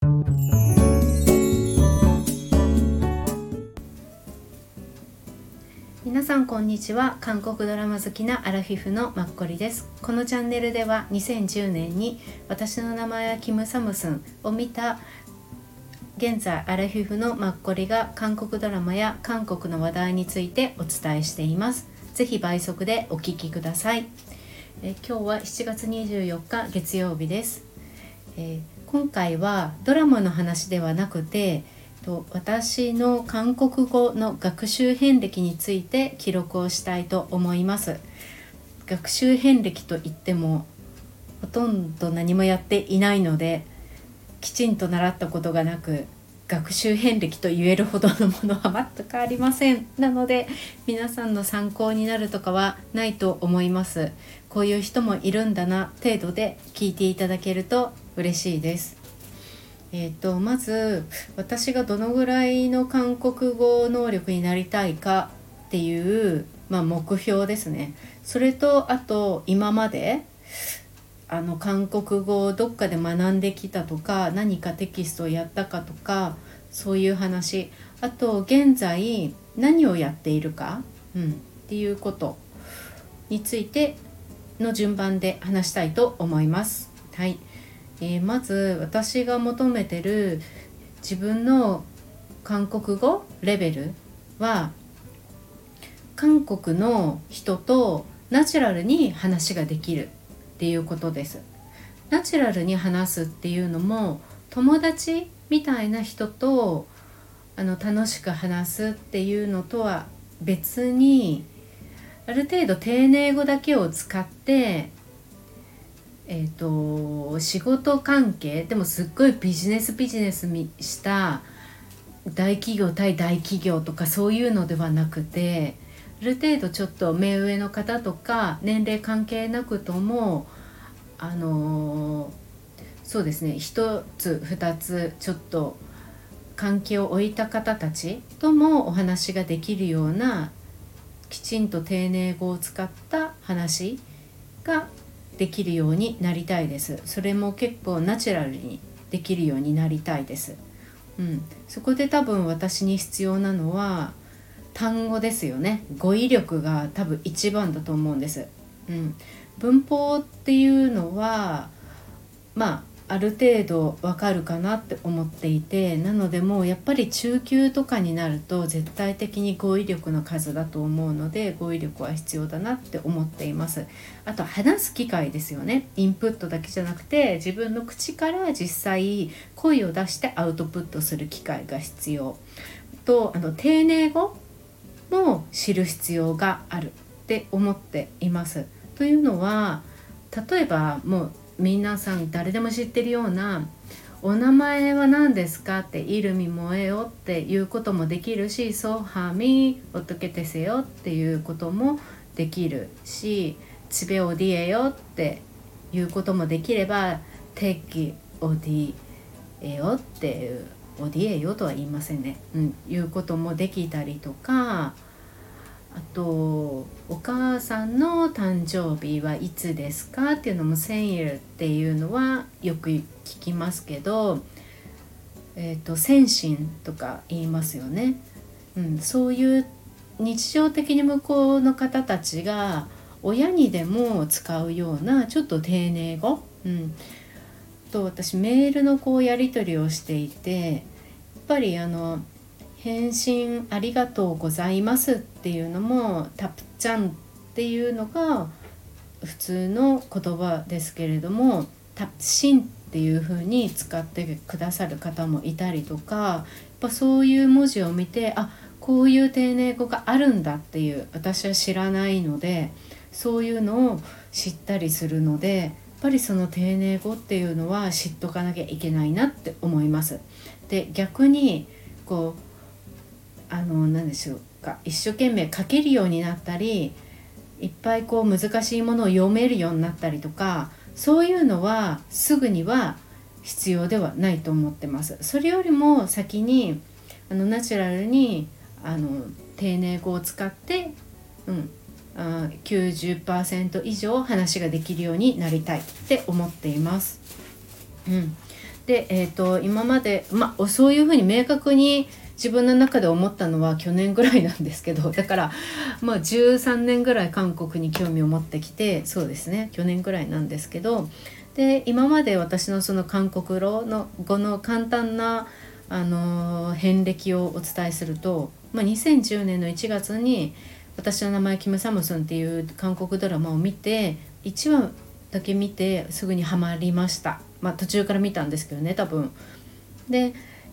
皆さんこんにちは。韓国ドラマ好きなアラフィフのマッコリです。このチャンネルでは2010年に私の名前はキム・サムスンを見た現在アラフィフのマッコリが韓国ドラマや韓国の話題についてお伝えしています。ぜひ倍速でお聞きください。今日は7月24日月曜日です。今回はドラマの話ではなくて私の韓国語の学習遍歴について記録をしたいと思います。学習遍歴といってもほとんど何もやっていないので、きちんと習ったことがなく学習遍歴と言えるほどのものは全くありません。なので皆さんの参考になるとかはないと思います。こういう人もいるんだな程度で聞いていただけると嬉しいです。まず私がどのぐらいの韓国語能力になりたいかっていう、目標ですね。それとあと今まで韓国語をどっかで学んできたとか、何かテキストをやったかとか、そういう話、あと現在何をやっているか、っていうことについての順番で話したいと思います。はい。まず私が求めてる自分の韓国語レベルは、韓国の人とナチュラルに話ができるっていうことです。ナチュラルに話すっていうのも、友達みたいな人と楽しく話すっていうのとは別に、ある程度丁寧語だけを使って仕事関係でもすっごいビジネスした大企業対大企業とかそういうのではなくて、ある程度ちょっと目上の方とか年齢関係なくともそうですね、一つ二つちょっと関係を置いた方たちともお話ができるような、きちんと丁寧語を使った話ができるようになりたいです。それも結構ナチュラルにできるようになりたいです。そこで多分私に必要なのは単語ですよね。語彙力が多分一番だと思うんです。文法っていうのはある程度わかるかなって思っていて、なのでもうやっぱり中級とかになると絶対的に語彙力の数だと思うので、語彙力は必要だなって思っています。あと話す機会ですよね。インプットだけじゃなくて、自分の口から実際声を出してアウトプットする機会が必要と、丁寧語も知る必要があるって思っています。というのは、例えばもう皆さん誰でも知ってるようなお名前は何ですかってイルミモエよっていうこともできるし、ソハミオトケテセよっていうこともできるし、チベオディエよっていうこともできれば、テキオディエよっていうオディエよとは言いませんね、いうこともできたりとか、あとお母さんの誕生日はいつですかっていうのもセンイルっていうのはよく聞きますけど、先進とか言いますよね。そういう日常的に向こうの方たちが親にでも使うようなちょっと丁寧語、と私メールのやり取りをしていて、やっぱり返信ありがとうございますっていうのもタプチャンっていうのが普通の言葉ですけれども、タプシンっていう風に使ってくださる方もいたりとか、やっぱそういう文字を見て、こういう丁寧語があるんだっていう、私は知らないのでそういうのを知ったりするので、やっぱりその丁寧語っていうのは知っとかなきゃいけないなって思います。で逆に何でしょうか、一生懸命書けるようになったり、いっぱい難しいものを読めるようになったりとか、そういうのはすぐには必要ではないと思ってます。それよりも先にナチュラルに丁寧語を使って、90% 以上話ができるようになりたいって思っています。 で、今まで、そういうふうに明確に自分の中で思ったのは去年ぐらいなんですけど、だから13年ぐらい韓国に興味を持ってきて、そうですね、去年ぐらいなんですけど、で今まで私のその韓国語の簡単な遍歴をお伝えすると、2010年の1月に私の名前キム・サムスンっていう韓国ドラマを見て、1話だけ見てすぐにハマりました。途中から見たんですけどね、多分。で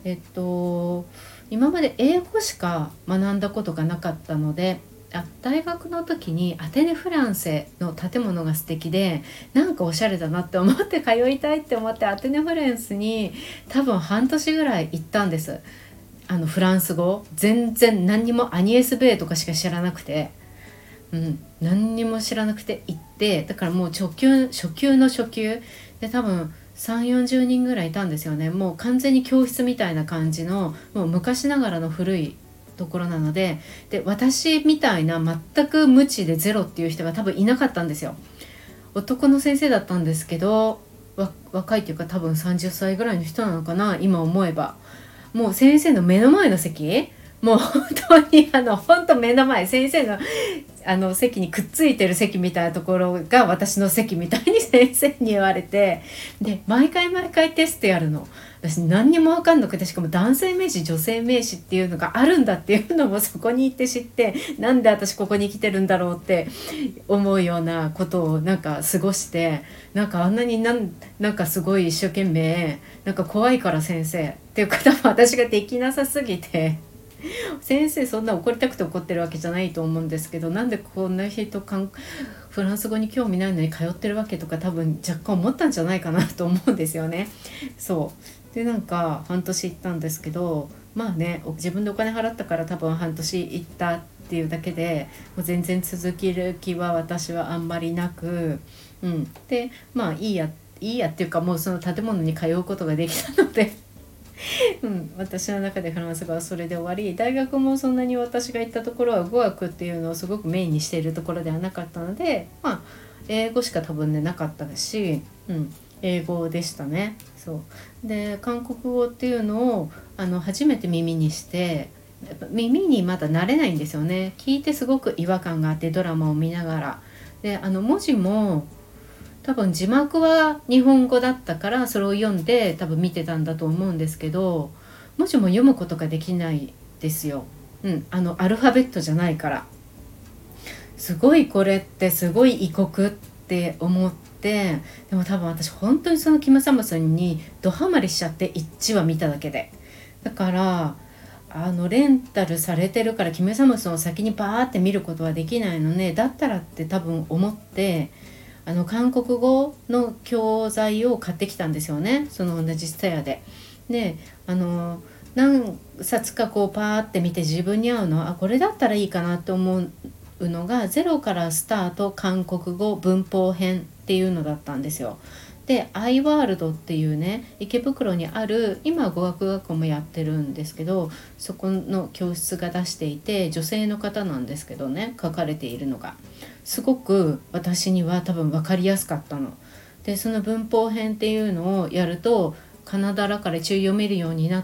今まで英語しか学んだことがなかったので、大学の時にアテネ・フランセの建物が素敵で、なんかおしゃれだなって思って通いたいって思って、アテネ・フランスに多分半年ぐらい行ったんです。フランス語全然何にも、アニエス・ベイとかしか知らなくて、何にも知らなくて行って、だからもう初級の初級で多分3、40人ぐらいいたんですよね。もう完全に教室みたいな感じの、もう昔ながらの古いところなので、私みたいな全く無知でゼロっていう人が多分いなかったんですよ。男の先生だったんですけど、若いっていうか多分30歳ぐらいの人なのかな、今思えば。もう先生の目の前の席、もう本当に本当目の前、先生の席にくっついてる席みたいなところが私の席みたいに先生に言われて、で毎回テストやるの。私何にも分かんなくて、しかも男性名詞女性名詞っていうのがあるんだっていうのもそこに行って知って、なんで私ここに来てるんだろうって思うようなことをなんか過ごして、なんかあんなになんかすごい一生懸命、なんか怖いから先生っていうか、多分私ができなさすぎて、先生そんな怒りたくて怒ってるわけじゃないと思うんですけど、なんでこんな人フランス語に興味ないのに通ってるわけとか多分若干思ったんじゃないかなと思うんですよね。そうで、なんか半年行ったんですけど、自分でお金払ったから多分半年行ったっていうだけで、もう全然続ける気は私はあんまりなく、でいいやっていうか、もうその建物に通うことができたので私の中でフランス語はそれで終わり、大学もそんなに私が行ったところは語学っていうのをすごくメインにしているところではなかったので、英語しか多分ねなかったし、英語でしたね。そうで、韓国語っていうのを初めて耳にして、やっぱ耳にまだ慣れないんですよね。聞いてすごく違和感があって、ドラマを見ながら、で文字も多分字幕は日本語だったからそれを読んで多分見てたんだと思うんですけど、文字も読むことができないですよ。アルファベットじゃないから。すごい、これってすごい異国って思って、でも多分私本当にそのキム・サムスンにドハマりしちゃって、1話見ただけで。だからレンタルされてるからキム・サムスンを先にバーって見ることはできないので、だったらって多分思って、韓国語の教材を買ってきたんですよね、その同じスタヤで。で何冊かこうパーって見て、自分に合うのこれだったらいいかなと思うのが、ゼロからスタート韓国語文法編っていうのだったんですよ。でアイワールドっていうね、池袋にある、今語学学校もやってるんですけど、そこの教室が出していて、女性の方なんですけどね、書かれているのがすごく私には多分分かりやすかったので、その文法編っていうのをやるとカナダらから一応読めるようになって、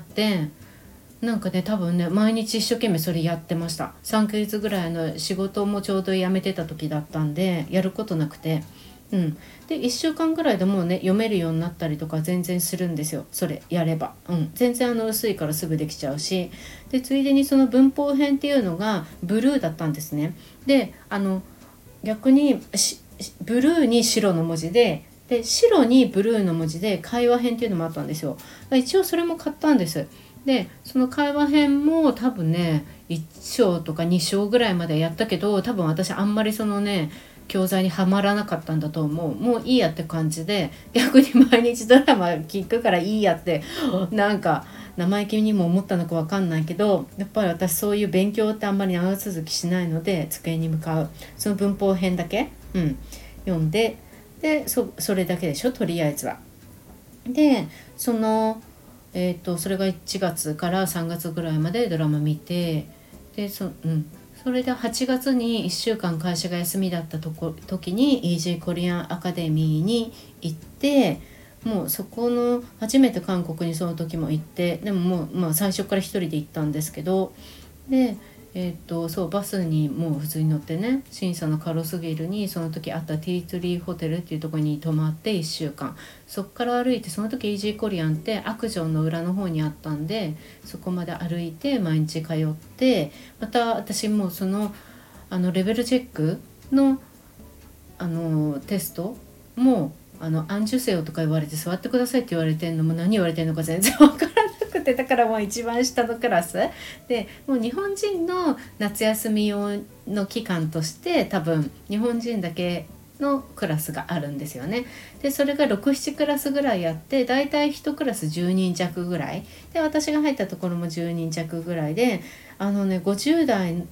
なんかね多分ね毎日一生懸命それやってました。3ヶ月ぐらいの仕事もちょうど辞めてた時だったんで、やることなくて、で1週間ぐらいでもうね読めるようになったりとか全然するんですよ、それやれば。全然薄いからすぐできちゃうし、でついでにその文法編っていうのがブルーだったんですね。で逆にブルーに白の文字で、白にブルーの文字で会話編っていうのもあったんですよ。一応それも買ったんです。でその会話編も多分ね1章とか2章ぐらいまでやったけど、多分私あんまりそのね教材にはまらなかったんだと思う。もういいやって感じで、逆に毎日ドラマ聞くからいいやってなんか生意気にも思ったのか分かんないけど、やっぱり私そういう勉強ってあんまり長続きしないので、机に向かうその文法編だけ、読んで、で それだけでしょ、とりあえずは。でそれが1月から3月ぐらいまでドラマ見て、でそれで8月に1週間会社が休みだった時に EG コリアンアカデミーに行って、 もうそこの初めて韓国にその時も行って、でももう、最初から一人で行ったんですけど、でそうバスにもう普通に乗ってね、審査のカロスビルにその時あったティートリーホテルっていうところに泊まって1週間、そっから歩いて、その時イージーコリアンってアクジョンの裏の方にあったんで、そこまで歩いて毎日通って、また私もそのレベルチェックのテストもアンジュセヨとか言われて座ってくださいって言われてんのも何言われてんのか全然わからなくて、だからもう一番下のクラスで、もう日本人の夏休み用の期間として多分日本人だけのクラスがあるんですよね。でそれが6、7クラスぐらいあって、だいたい1クラス10人弱ぐらいで、私が入ったところも10人弱ぐらいで、50代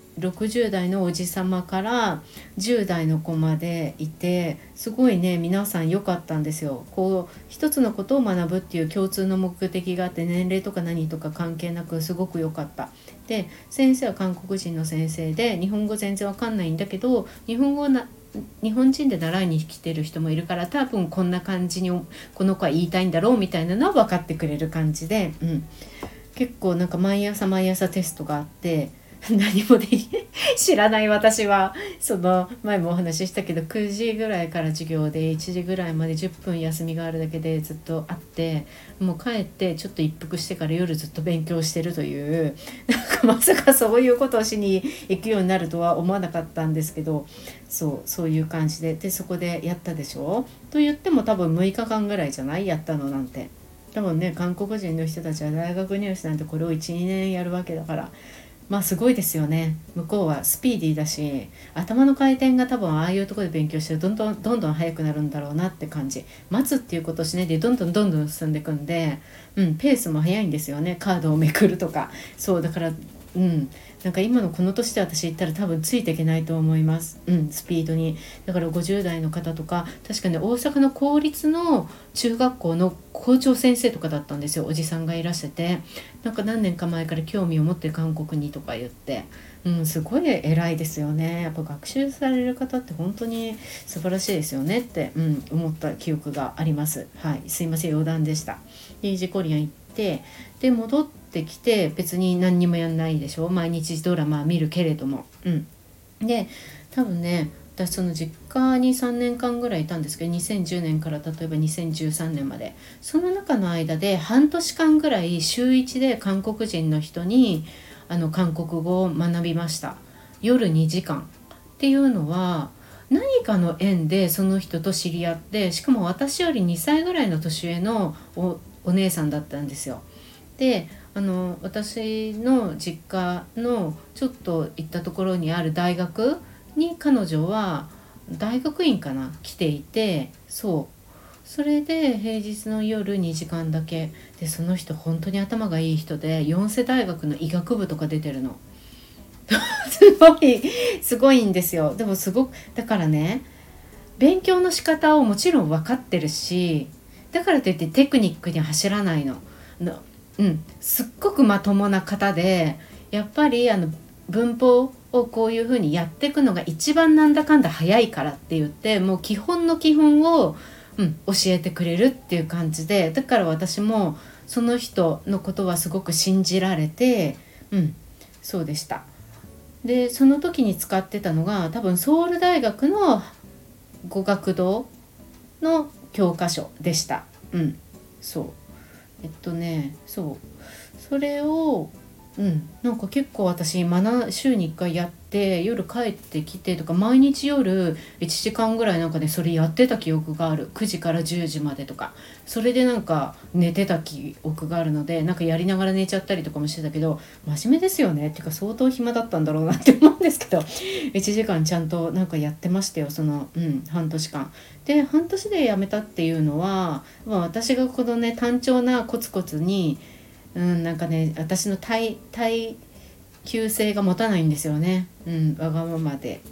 60代のおじさまから10代の子までいて、すごいね皆さん良かったんですよ。こう一つのことを学ぶっていう共通の目的があって、年齢とか何とか関係なくすごく良かった。で先生は韓国人の先生で、日本語全然わかんないんだけど、日本人で習いに来てる人もいるから、多分こんな感じにこの子は言いたいんだろうみたいなのは分かってくれる感じで、結構なんか毎朝テストがあって、何も知らない私は、その前もお話ししたけど9時ぐらいから授業で1時ぐらいまで10分休みがあるだけでずっとあって、もう帰ってちょっと一服してから夜ずっと勉強してるという、なんかまさかそういうことをしに行くようになるとは思わなかったんですけど、そういう感じで、そこでやったでしょ。と言っても多分6日間ぐらいじゃない、やったのなんて。多分ね、韓国人の人たちは大学入試なんてこれを 1,2 年やるわけだから、すごいですよね。向こうはスピーディーだし、頭の回転が多分ああいうところで勉強してるとどんどん速くなるんだろうなって感じ。待つっていうことをしないでどんどん進んでいくんで、ペースも速いんですよね。カードをめくるとか。そうだから、なんか今のこの年で私行ったら多分ついていけないと思います、スピードに。だから50代の方とか、確かに大阪の公立の中学校の校長先生とかだったんですよ。おじさんがいらしてて、なんか何年か前から興味を持って韓国にとか言って、すごい偉いですよね。やっぱ学習される方って本当に素晴らしいですよねって、思った記憶があります。はい、すいません、余談でした。でイージーコリアン行って、で戻ってきて、別に何にもやんないでしょ、毎日ドラマ見るけれども、で多分ね、私その実家に3年間ぐらいいたんですけど、2010年から例えば2013年まで、その中の間で半年間ぐらい週1で韓国人の人に韓国語を学びました。夜2時間っていうのは、何かの縁でその人と知り合って、しかも私より2歳ぐらいの年上のお姉さんだったんですよ。で私の実家のちょっと行ったところにある大学に彼女は大学院かな来ていて、それで平日の夜2時間だけで、その人本当に頭がいい人で、四世大学の医学部とか出てるの。すごいんですよ。でもすごくだからね、勉強の仕方をもちろん分かってるし、だからといってテクニックに走らないの。すっごくまともな方で、やっぱり文法をこういう風にやっていくのが一番なんだかんだ早いからって言って、もう基本の基本を、教えてくれるっていう感じで、だから私もその人のことはすごく信じられて、そうでした。でその時に使ってたのが多分ソウル大学の語学堂の教科書でした。そうそれをなんか結構私週に1回やって、夜帰ってきてとか、毎日夜1時間ぐらいなんかね、それやってた記憶がある。9時から10時までとか、それでなんか寝てた記憶があるので、なんかやりながら寝ちゃったりとかもしてたけど、真面目ですよねっていうか、相当暇だったんだろうなって思うんですけど、1時間ちゃんとなんかやってましたよ、その半年間で。半年でやめたっていうのは、私がこのね単調なコツコツになんかね、私の耐久性が持たないんですよね。わがままで。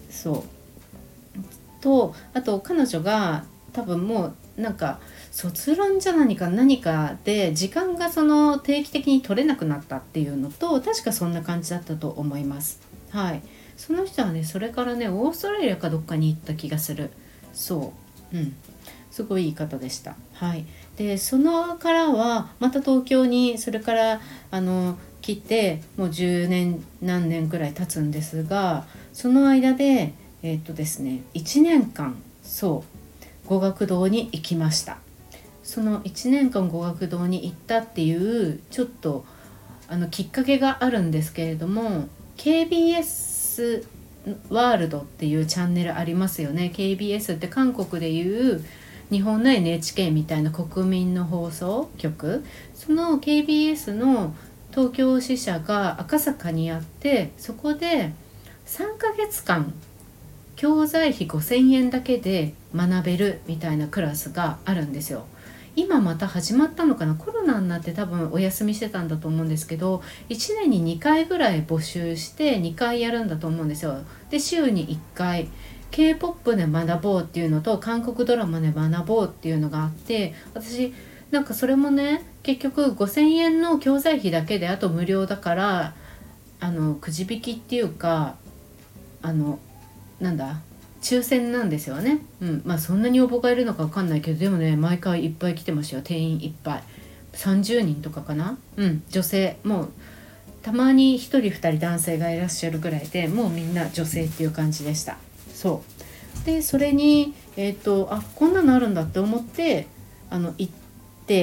とあと彼女が多分もうなんか卒論じゃ何かで時間がその定期的に取れなくなったっていうのと、確かそんな感じだったと思います。はい。その人はね、それからねオーストラリアかどっかに行った気がする。 すごいいい方でした。はい、でそのからはまた東京にそれから来てもう10年何年くらい経つんですが、その間でですね1年間そう語学堂に行きました。その1年間語学堂に行ったっていうちょっときっかけがあるんですけれども、 KBS ワールドっていうチャンネルありますよね。 KBS って韓国でいう日本の NHK みたいな国民の放送局、その KBS の東京支社が赤坂にあって、そこで3ヶ月間教材費5000円だけで学べるみたいなクラスがあるんですよ。今また始まったのかな、コロナになって多分お休みしてたんだと思うんですけど、1年に2回ぐらい募集して2回やるんだと思うんですよ。で週に1回 K-POP で学ぼうっていうのと韓国ドラマで学ぼうっていうのがあって、私なんかそれもね結局5000円の教材費だけであと無料だから、くじ引きっていうかなんだ抽選なんですよね。まあそんなに応募がいるのか分かんないけど、でもね毎回いっぱい来てましたよ。定員いっぱい30人とかかな。女性もうたまに1人2人男性がいらっしゃるぐらいで、もうみんな女性っていう感じでした。そうでそれにこんなのあるんだって思って行って、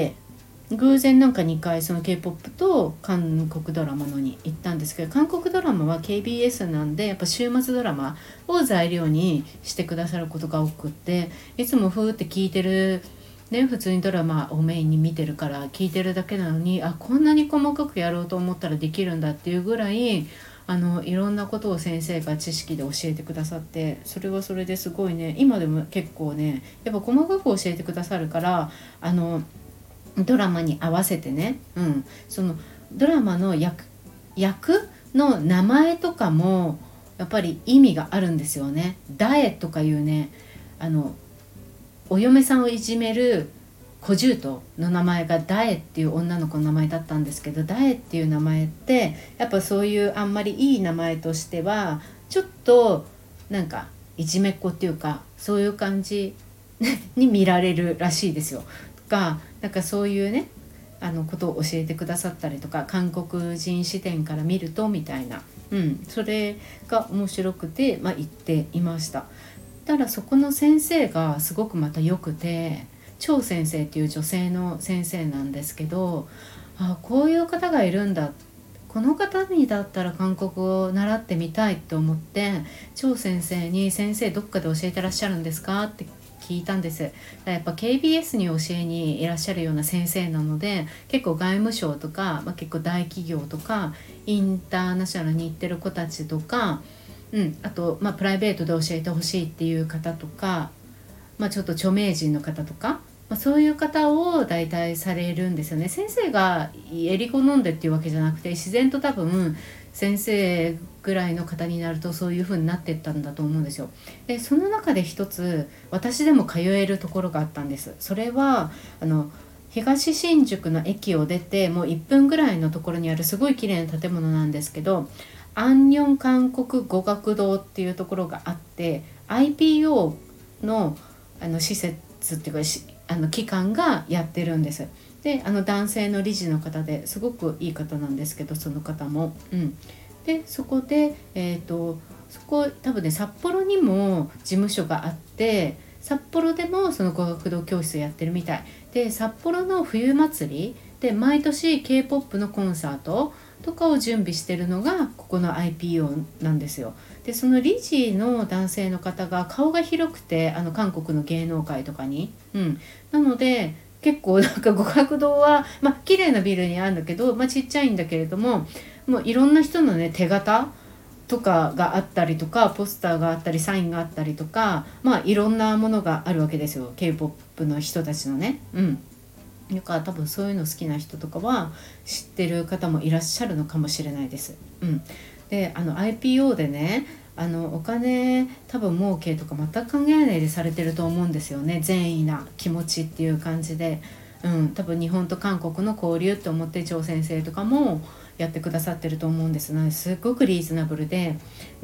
偶然なんか2回その K-POP と韓国ドラマのに行ったんですけど、韓国ドラマは KBS なんでやっぱ週末ドラマを材料にしてくださることが多くって、いつもふーって聞いてるね、普通にドラマをメインに見てるから聞いてるだけなのに、こんなに細かくやろうと思ったらできるんだっていうぐらいいろんなことを先生が知識で教えてくださって、それはそれですごいね、今でも結構ねやっぱ細かく教えてくださるからドラマに合わせてね、そのドラマの役の名前とかもやっぱり意味があるんですよね。ダエとかいうねお嫁さんをいじめる小獣の名前がダエっていう女の子の名前だったんですけど、ダエっていう名前ってやっぱそういうあんまりいい名前としてはちょっとなんかいじめっ子っていうかそういう感じに見られるらしいですよ。なんかそういうねことを教えてくださったりとか、韓国人視点から見るとみたいな、それが面白くて、行っていました。ただそこの先生がすごくまた良くて、張先生っていう女性の先生なんですけど、こういう方がいるんだ、この方にだったら韓国語を習ってみたいと思って張先生に「先生どっかで教えてらっしゃるんですか?」って聞いたんです。やっぱ KBS に教えにいらっしゃるような先生なので、結構外務省とか、結構大企業とかインターナショナルに行ってる子たちとか、あと、プライベートで教えてほしいっていう方とか、ちょっと著名人の方とか、そういう方を代替されるんですよね。先生がえり好んでっていうわけじゃなくて、自然と多分先生ぐらいの方になるとそういう風になっていったんだと思うんですよ。でその中で一つ私でも通えるところがあったんです。それは東新宿の駅を出てもう1分ぐらいのところにあるすごい綺麗な建物なんですけど、アンニョン韓国語学堂っていうところがあって、 IPO の施設っていうか機関がやってるんです。で男性の理事の方ですごくいい方なんですけど、その方も、でそこでそこ多分ね札幌にも事務所があって、札幌でもその語学堂教室をやってるみたいで、札幌の冬祭りで毎年 K-POP のコンサートとかを準備してるのがここの IPO なんですよ。でその理事の男性の方が顔が広くて、韓国の芸能界とかに、なので結構なんか語学堂は綺麗なビルにあるんだけど、ちっちゃいんだけれども、もういろんな人のね手形とかがあったりとか、ポスターがあったりサインがあったりとか、いろんなものがあるわけですよ、 K-POP の人たちのね。だから多分そういうの好きな人とかは知ってる方もいらっしゃるのかもしれないです。でIPO でねお金多分儲けとか全く考えないでされてると思うんですよね。善意な気持ちっていう感じで、多分日本と韓国の交流って思って張先生とかもやってくださってると思うんですね。すごくリーズナブルで、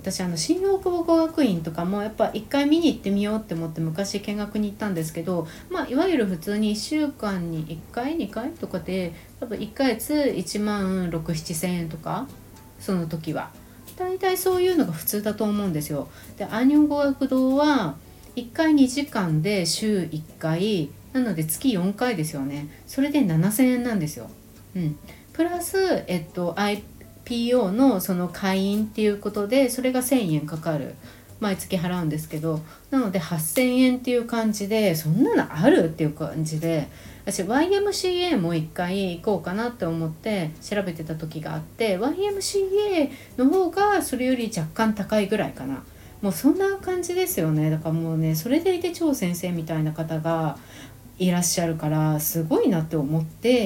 私新大久保語学院とかもやっぱ一回見に行ってみようって思って昔見学に行ったんですけど、いわゆる普通に1週間に1回2回とかで多分1ヶ月1万6、7千円とか、その時は大体そういうのが普通だと思うんですよ。でアンニョン語学堂は1回2時間で週1回なので月4回ですよね。それで7000円なんですよ。プラス、IPO のその会員っていうことでそれが1000円かかる、毎月払うんですけど、なので8000円っていう感じで、そんなのあるっていう感じで、私 YMCA も一回行こうかなって思って調べてた時があって、 YMCA の方がそれより若干高いぐらいかな。もうそんな感じですよね。だからもうね、それでいて張先生みたいな方がいらっしゃるからすごいなって思って、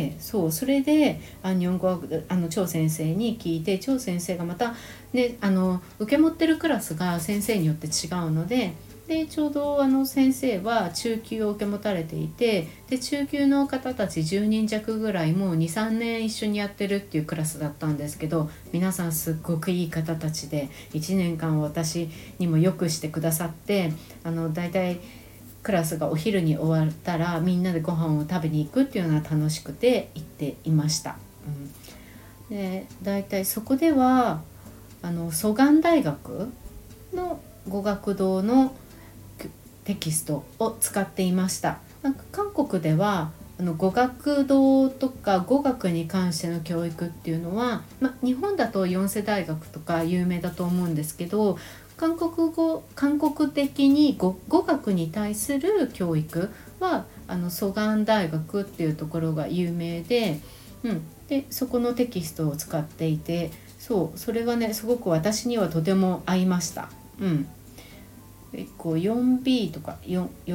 それで日本語張先生に聞いて、張先生がまたね受け持ってるクラスが先生によって違うので、ちょうど先生は中級を受け持たれていて、で中級の方たち10人弱ぐらいも 2,3 年一緒にやってるっていうクラスだったんですけど、皆さんすっごくいい方たちで1年間私にもよくしてくださって、だいたいクラスがお昼に終わったらみんなでご飯を食べに行くっていうのが楽しくて行っていました。でだいたいそこでは蘇我大学の語学堂のテキストを使っていました。なんか韓国では語学堂とか語学に関しての教育っていうのは、日本だと四世大学とか有名だと思うんですけど、韓国的に語学に対する教育は蘇我大学っていうところが有名で、でそこのテキストを使っていて、それがねすごく私にはとても合いました。結構 4B とか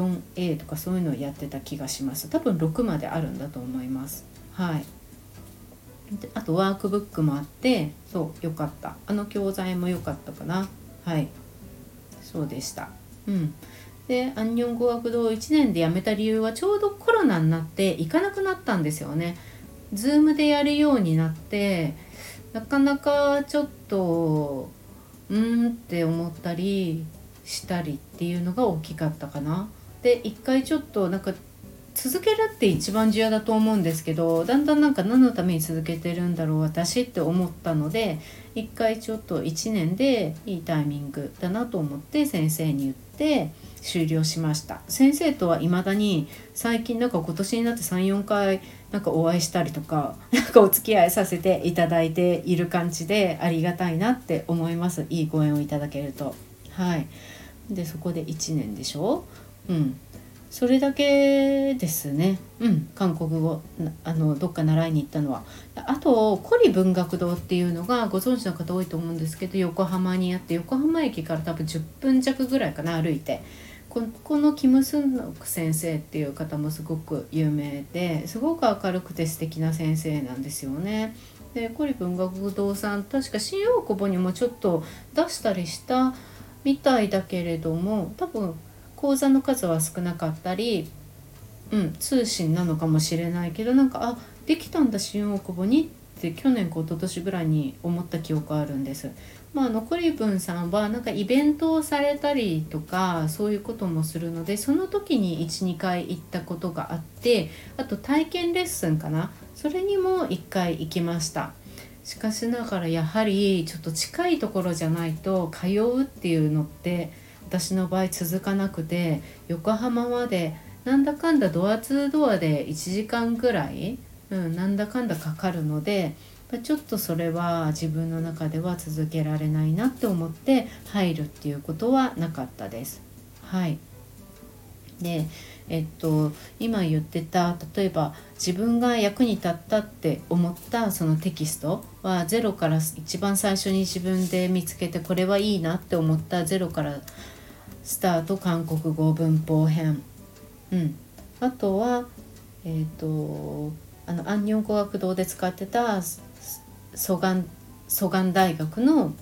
4A とかそういうのをやってた気がします。多分6まであるんだと思います。であとワークブックもあって、よかった。教材も良かったかな。そうでした。でアンニョン語学堂を1年で辞めた理由はちょうどコロナになって行かなくなったんですよね。Zoom でやるようになって、なかなかちょっとって思ったりしたりっていうのが大きかったかな。で一回ちょっと続けるって一番重要だと思うんですけど、だんだん何のために続けてるんだろう私って思ったので、一回ちょっと1年でいいタイミングだなと思って先生に言って終了しました。先生とは未だに最近今年になって 3,4 回お会いしたりとかお付き合いさせていただいている感じで、ありがたいなって思います。いいご縁をいただけると。でそこで1年でしょ。それだけですね。韓国語どっか習いに行ったのは。あとコリ文学堂っていうのがご存知の方多いと思うんですけど、横浜にあって、横浜駅から多分10分弱ぐらいかな、歩いて。このキム・スンノク先生っていう方もすごく有名で、すごく明るくて素敵な先生なんですよね。でコリ文学堂さん、確か新大久保にもちょっと出したりしたみたいだけれども、多分講座の数は少なかったり、通信なのかもしれないけど、できたんだ新大久保にって去年か一昨年ぐらいに思った記憶あるんです。コリブンさんはイベントをされたりとかそういうこともするので、その時に 1,2 回行ったことがあって、あと体験レッスンかな、それにも1回行きました。しかしながらやはりちょっと近いところじゃないと通うっていうのって私の場合続かなくて、横浜までなんだかんだドア2ドアで1時間ぐらい、なんだかんだかかるので、ちょっとそれは自分の中では続けられないなって思って入るっていうことはなかったです。で今言ってた、例えば自分が役に立ったって思ったそのテキストはゼロから、一番最初に自分で見つけてこれはいいなって思ったゼロからスタート韓国語文法編、あとはアンニョン語学堂で使ってた蘇我大学の、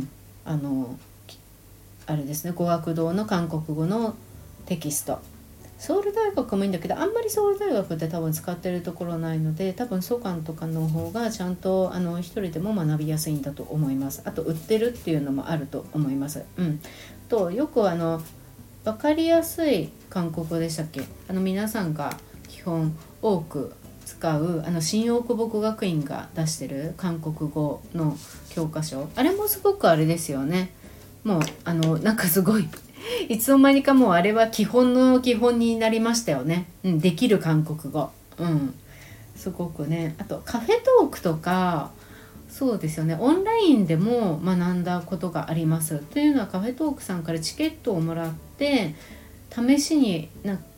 あれですね、語学堂の韓国語のテキストソウル大学もいいんだけど、あんまりソウル大学で多分使ってるところないので、多分ソカンとかの方がちゃんと一人でも学びやすいんだと思います。あと売ってるっていうのもあると思います。とよく分かりやすい韓国語でしたっけ、皆さんが基本多く使う新大久保語学院が出してる韓国語の教科書、あれもすごくあれですよね。もうなんかすごいいつの間にかもうあれは基本の基本になりましたよね。できる韓国語、すごくね。あとカフェトークとか、そうですよね、オンラインでも学んだことがあります。というのはカフェトークさんからチケットをもらって試しに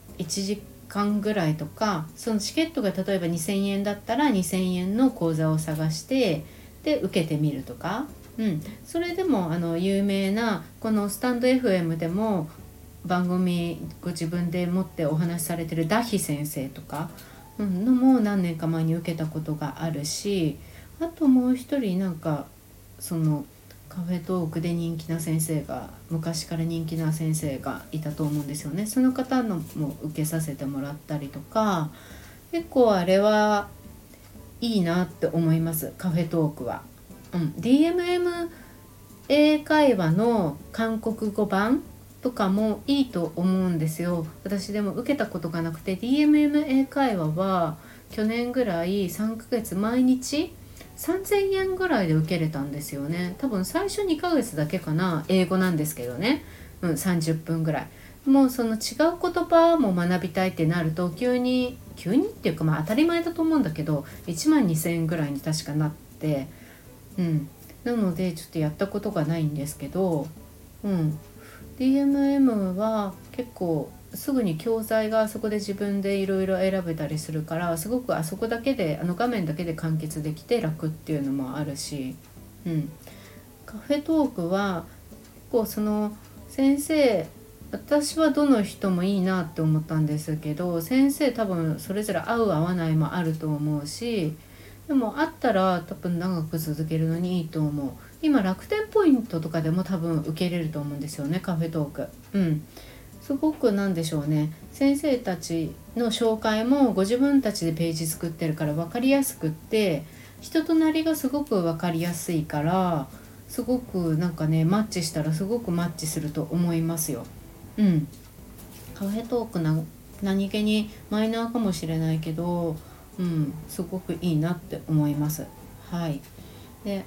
1時間ぐらいとか、そのチケットが例えば2000円だったら2000円の講座を探してで受けてみるとか、それでも有名なこのスタンド FM でも番組ご自分で持ってお話しされてるダヒ先生とか、のも何年か前に受けたことがあるし、あともう一人そのカフェトークで人気な先生が、昔から人気な先生がいたと思うんですよね。その方のも受けさせてもらったりとか、結構あれはいいなって思います、カフェトークは。DMM 英会話の韓国語版とかもいいと思うんですよ。私でも受けたことがなくて、 DMM 英会話は去年ぐらい3ヶ月毎日3000円ぐらいで受けれたんですよね。多分最初2ヶ月だけかな、英語なんですけどね、30分ぐらい。もうその違う言葉も学びたいってなると急にっていうか、当たり前だと思うんだけど1万2000円ぐらいに確かなって、なのでちょっとやったことがないんですけど、DMM は結構すぐに教材がそこで自分でいろいろ選べたりするから、すごくあそこだけで画面だけで完結できて楽っていうのもあるし、カフェトークは結構その先生、私はどの人もいいなって思ったんですけど、先生多分それぞれ合う合わないもあると思うし、でもあったら多分長く続けるのにいいと思う。今楽天ポイントとかでも多分受けれると思うんですよね、カフェトーク。すごくなんでしょうね、先生たちの紹介もご自分たちでページ作ってるから分かりやすくって、人となりがすごく分かりやすいから、すごくマッチしたらすごくマッチすると思いますよ。カフェトーク何気にマイナーかもしれないけど、すごくいいなって思います。で、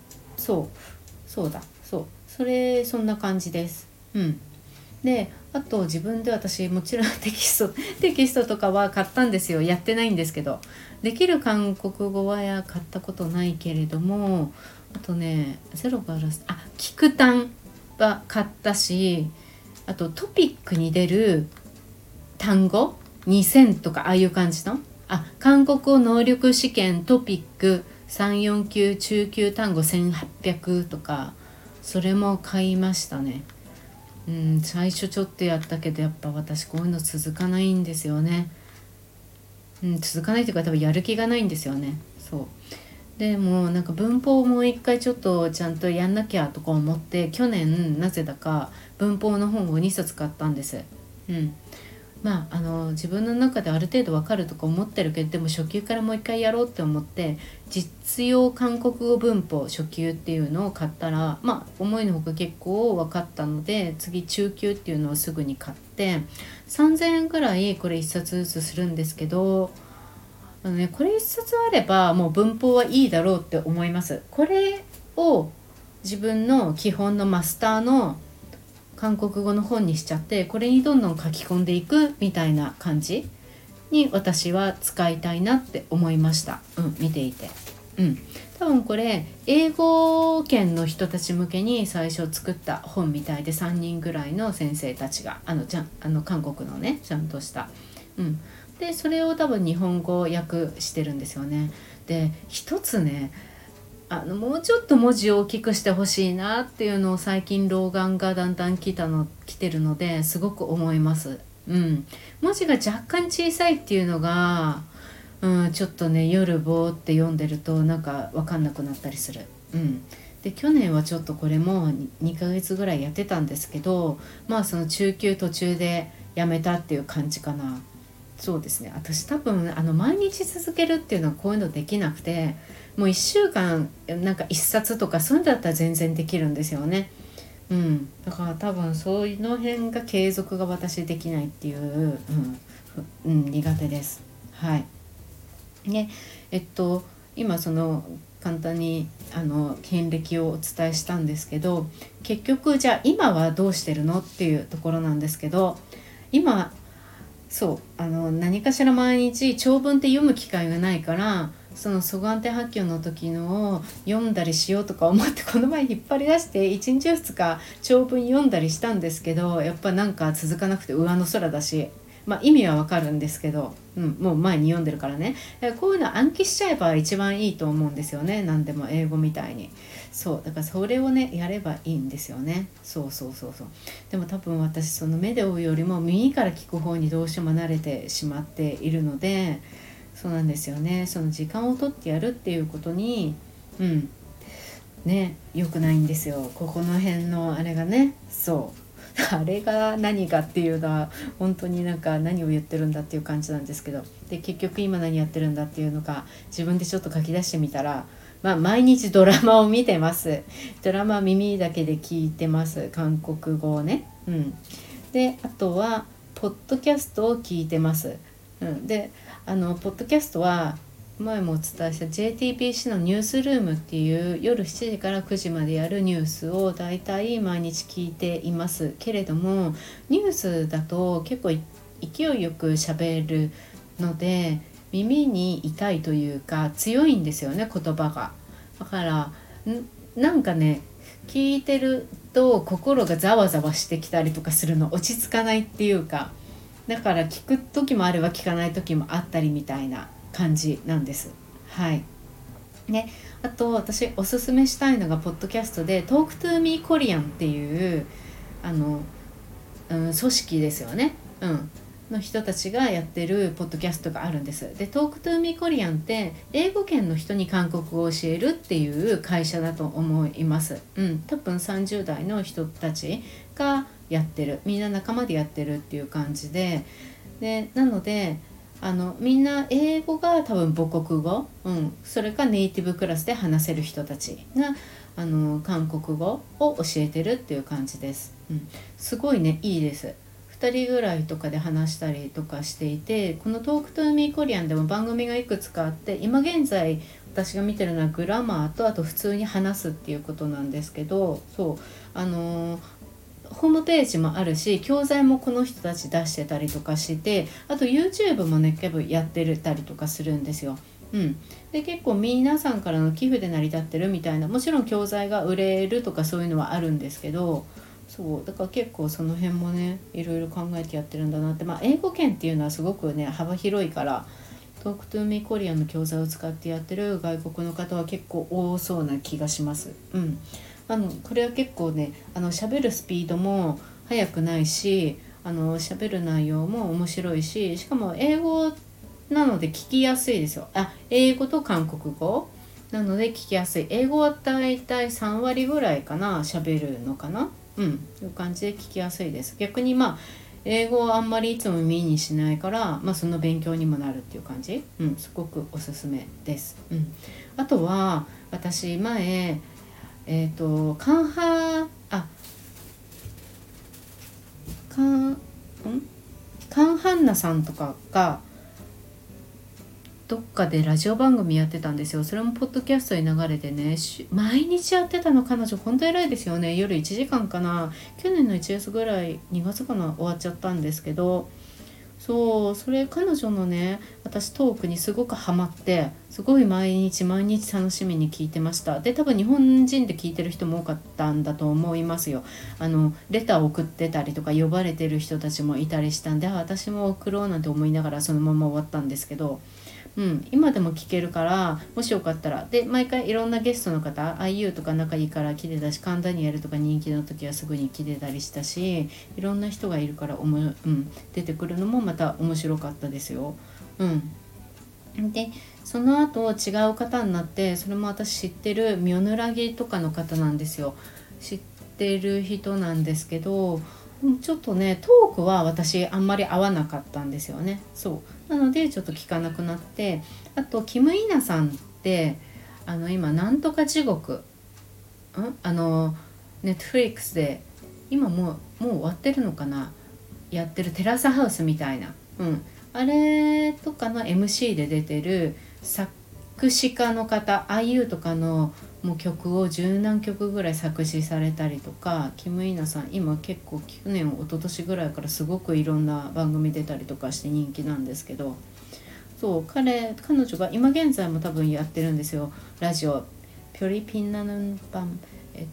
そんな感じです。で、あと自分で私もちろんテキストとかは買ったんですよ。やってないんですけど、できる韓国語は買ったことないけれども、あとねゼロから聞く単は買ったし、あとトピックに出る単語2000とかああいう感じの韓国語能力試験トピック34級中級単語1800とか、それも買いましたね。最初ちょっとやったけど、やっぱ私こういうの続かないんですよね。続かないというか多分やる気がないんですよね。でも文法も一回ちょっとちゃんとやんなきゃとか思って、去年なぜだか文法の本を2冊買ったんです。自分の中である程度わかるとか思ってるけど、でも初級からもう一回やろうって思って実用韓国語文法初級っていうのを買ったら、思いのほか結構分かったので、次中級っていうのをすぐに買って3000円ぐらいこれ1冊ずつするんですけど、これ1冊あればもう文法はいいだろうって思います。これを自分の基本のマスターの韓国語の本にしちゃって、これにどんどん書き込んでいくみたいな感じに私は使いたいなって思いました。見ていて。多分これ英語圏の人たち向けに最初作った本みたいで、3人ぐらいの先生たちが韓国のねちゃんとした、でそれを多分日本語訳してるんですよね。で一つね、もうちょっと文字を大きくしてほしいなっていうのを最近老眼がだんだん来てるのですごく思います。文字が若干小さいっていうのが、ちょっとね夜ぼーって読んでると分かんなくなったりする。で去年はちょっとこれも2ヶ月ぐらいやってたんですけど、その中級途中でやめたっていう感じかな。そうですね、私多分毎日続けるっていうのはこういうのできなくて、もう1週間なんか1冊とかそういうのだったら全然できるんですよね。だから多分そういうの辺が継続が私できないっていう、苦手です。はい。ね、今その簡単に遍歴をお伝えしたんですけど、結局じゃあ今はどうしてるのっていうところなんですけど、今そう何かしら毎日長文って読む機会がないから、その素眼点発狂の時のを読んだりしようとか思ってこの前引っ張り出して1日2日長文読んだりしたんですけど、やっぱなんか続かなくて上の空だし、意味はわかるんですけど、もう前に読んでるからね。こういうの暗記しちゃえば一番いいと思うんですよね。何でも英語みたいに。そうだからそれをねやればいいんですよね。そう。でも多分私その目で追うよりも耳から聞く方にどうしても慣れてしまっているので、そうなんですよね。その時間を取ってやるっていうことに良くないんですよ。ここの辺のあれがね、あれが何かっていうのは本当になんか何を言ってるんだっていう感じなんですけど、で結局今何やってるんだっていうのが自分でちょっと書き出してみたら、毎日ドラマを見てます。ドラマ耳だけで聞いてます、韓国語をね。であとはポッドキャストを聞いてます。でポッドキャストは前もお伝えした JTBC のニュースルームっていう夜7時から9時までやるニュースをだいたい毎日聞いていますけれども、ニュースだと結構勢いよく喋るので耳に痛いというか強いんですよね、言葉が。だからなんかね聞いてると心がざわざわしてきたりとかするの、落ち着かないっていうか、だから聞く時もあれば聞かない時もあったりみたいな感じなんです。はいね、あと私おすすめしたいのがポッドキャストで Talk to Me Korean っていう組織ですよね、の人たちがやってるポッドキャストがあるんです。で Talk to Me Korean って英語圏の人に韓国語を教えるっていう会社だと思います。多分30代の人たちがやってる、みんな仲間でやってるっていう感じで、なのでみんな英語が多分母国語、それかネイティブクラスで話せる人たちが韓国語を教えてるっていう感じです。すごいねいいです。2人ぐらいとかで話したりとかしていて、この Talk to Me Korean でも番組がいくつかあって、今現在私が見てるのはグラマーとあと普通に話すっていうことなんですけど、ホームページもあるし教材もこの人たち出してたりとかして、あと YouTube もね結構やってたりとかするんですよ。で結構皆さんからの寄付で成り立ってるみたいな、もちろん教材が売れるとかそういうのはあるんですけど、そうだから結構その辺もねいろいろ考えてやってるんだなって。英語圏っていうのはすごくね幅広いから、Talk to Me Korean の教材を使ってやってる外国の方は結構多そうな気がします。これは結構ね喋るスピードも速くないし、喋る内容も面白いし、しかも英語なので聞きやすいですよ。英語と韓国語なので聞きやすい。英語はだいたい3割ぐらいかな喋るのかな、いう感じで聞きやすいです。逆に英語はあんまりいつも耳にしないから、その勉強にもなるっていう感じ、すごくおすすめです。あとは私前カンハンナさんとかがどっかでラジオ番組やってたんですよ。それもポッドキャストに流れてね、毎日やってたの。彼女本当偉いですよね。夜1時間かな、去年の1月ぐらい2月かな終わっちゃったんですけど、それ彼女のね私トークにすごくハマって、すごい毎日楽しみに聞いてました。で多分日本人で聞いてる人も多かったんだと思いますよ。レターを送ってたりとか呼ばれてる人たちもいたりしたんで、私も送ろうなんて思いながらそのまま終わったんですけど、今でも聞けるから、もしよかったら。で毎回いろんなゲストの方 IU とか仲いいから来てたし、カンダニエルとか人気の時はすぐに来てたりしたし、いろんな人がいるから出てくるのもまた面白かったですよ。でその後違う方になって、それも私知ってるミョヌラギとかの方なんですよ。知ってる人なんですけど、 ちょっとねトークは私あんまり合わなかったんですよね。そうなのでちょっと聞かなくなって、あとキム・イナさんって今なんとか地獄ネットフリックスで今もう終わってるのかな、やってるテラスハウスみたいな、あれとかの MC で出てる作詞家の方、 IU とかのもう曲を十何曲ぐらい作詞されたりとか、キム・イナさん今結構去年一昨年ぐらいからすごくいろんな番組出たりとかして人気なんですけど、そう彼女が今現在も多分やってるんですよ、ラジオピョリピンナヌンパン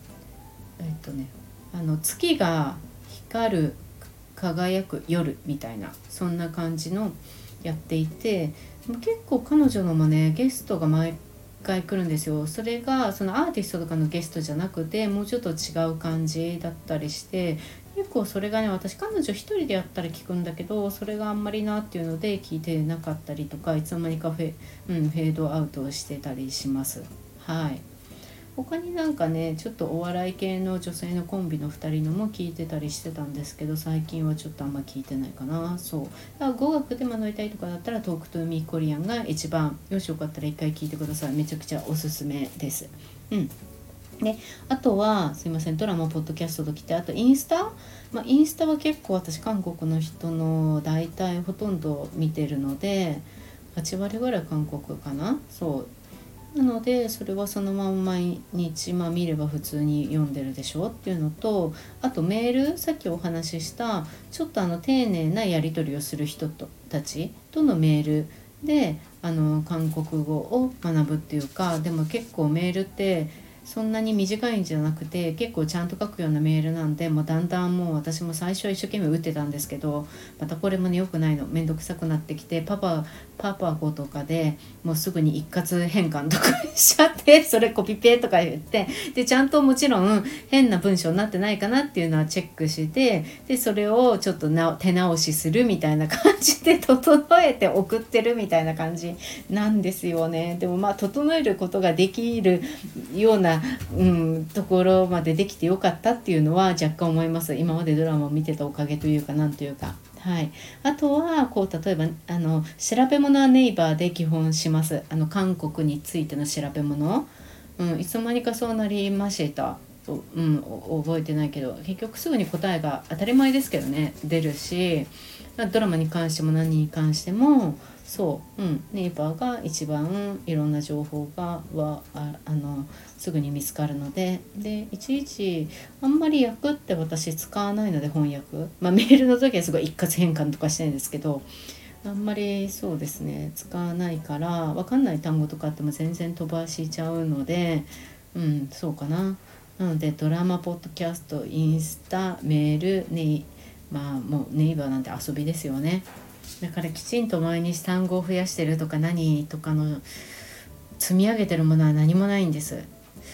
月が光る輝く夜みたいな、そんな感じのやっていて、結構彼女のもねゲストが毎回来るんですよ。それがそのアーティストとかのゲストじゃなくてもうちょっと違う感じだったりして、結構それがね私彼女一人でやったら聞くんだけど、それがあんまりなっていうので聞いてなかったりとか、いつの間にかフェードアウトしてたりします。はい。他になんかねちょっとお笑い系の女性のコンビの2人のも聞いてたりしてたんですけど、最近はちょっとあんま聞いてないかな。そうだから語学で学びたいとかだったらトークトゥーミーコリアンが一番、よしよかったら一回聞いてください。めちゃくちゃおすすめです。であとはすいません、ドラマポッドキャストときて、あとインスタ、インスタは結構私韓国の人の大体ほとんど見てるので、8割ぐらい韓国かな。そうなのでそれはそのまま毎日、見れば普通に読んでるでしょっていうのと、あとメール、さっきお話ししたちょっと丁寧なやり取りをする人たちとのメールで韓国語を学ぶっていうか、でも結構メールってそんなに短いんじゃなくて結構ちゃんと書くようなメールなんで、もうだんだんもう私も最初は一生懸命打ってたんですけど、またこれもね良くないの、めんどくさくなってきて、パパ語とかでもうすぐに一括変換とかしちゃって、それコピペとか言って、でちゃんともちろん変な文章になってないかなっていうのはチェックして、でそれをちょっと手直しするみたいな感じで整えて送ってるみたいな感じなんですよね。でも整えることができるようなところまでできてよかったっていうのは若干思います。今までドラマを見てたおかげというかなんというか。はい、あとは例えば調べ物はネイバーで基本します。韓国についての調べ物、いつの間にかそうなりました。覚えてないけど結局すぐに答えが当たり前ですけどね出るし、ドラマに関しても何に関してもネイバーが一番いろんな情報がすぐに見つかるので、いちいちあんまり訳って私使わないので、翻訳、メールの時はすごい一括変換とかしてるんですけど、あんまりそうですね使わないから、分かんない単語とかあっても全然飛ばしちゃうので、そうかな。なのでドラマ、ポッドキャスト、インスタ、メール、もうネイバーなんて遊びですよね。だからきちんと毎日単語を増やしてるとか何とかの積み上げてるものは何もないんです。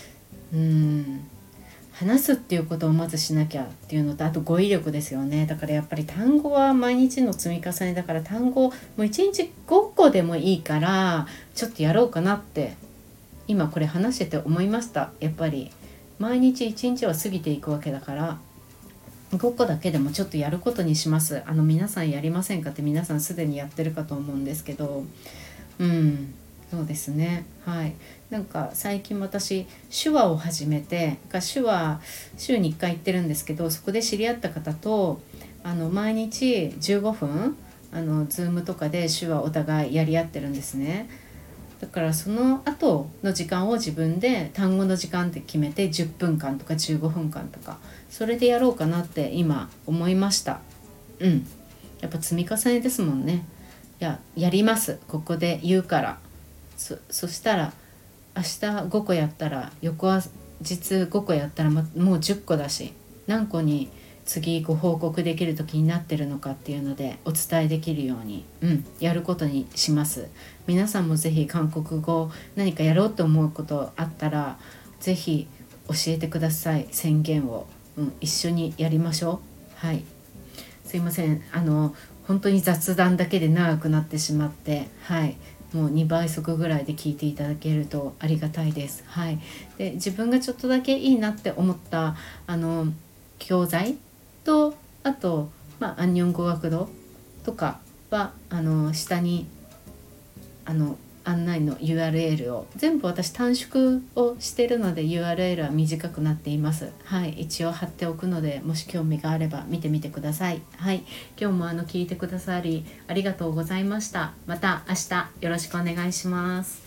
話すっていうことをまずしなきゃっていうのと、あと語彙力ですよね。だからやっぱり単語は毎日の積み重ねだから、単語もう1日5個でもいいからちょっとやろうかなって今これ話してて思いました。やっぱり毎日1日は過ぎていくわけだから、5個だけでもちょっとやることにします。皆さんやりませんかって、皆さんすでにやってるかと思うんですけど、そうですね。はい。なんか最近私手話を始めて、手話週に1回行ってるんですけど、そこで知り合った方と毎日15分Zoom とかで手話お互いやり合ってるんですね。だからその後の時間を自分で単語の時間って決めて10分間とか15分間とかそれでやろうかなって今思いました。やっぱ積み重ねですもんね。やりますここで言うから、そしたら明日5個やったら翌日5個やったら、もう10個だし、何個に次ご報告できる時になってるのかっていうのでお伝えできるように、やることにします。皆さんもぜひ韓国語何かやろうと思うことあったらぜひ教えてください。宣言を、一緒にやりましょう。はい、すいません本当に雑談だけで長くなってしまって、もう2倍速ぐらいで聞いていただけるとありがたいです。で自分がちょっとだけいいなって思った教材とあと、アンニョン語学堂とかは下に案内の URL を全部私短縮をしているので URL は短くなっています。はい、一応貼っておくので、もし興味があれば見てみてください。はい、今日も聞いてくださりありがとうございました。また明日よろしくお願いします。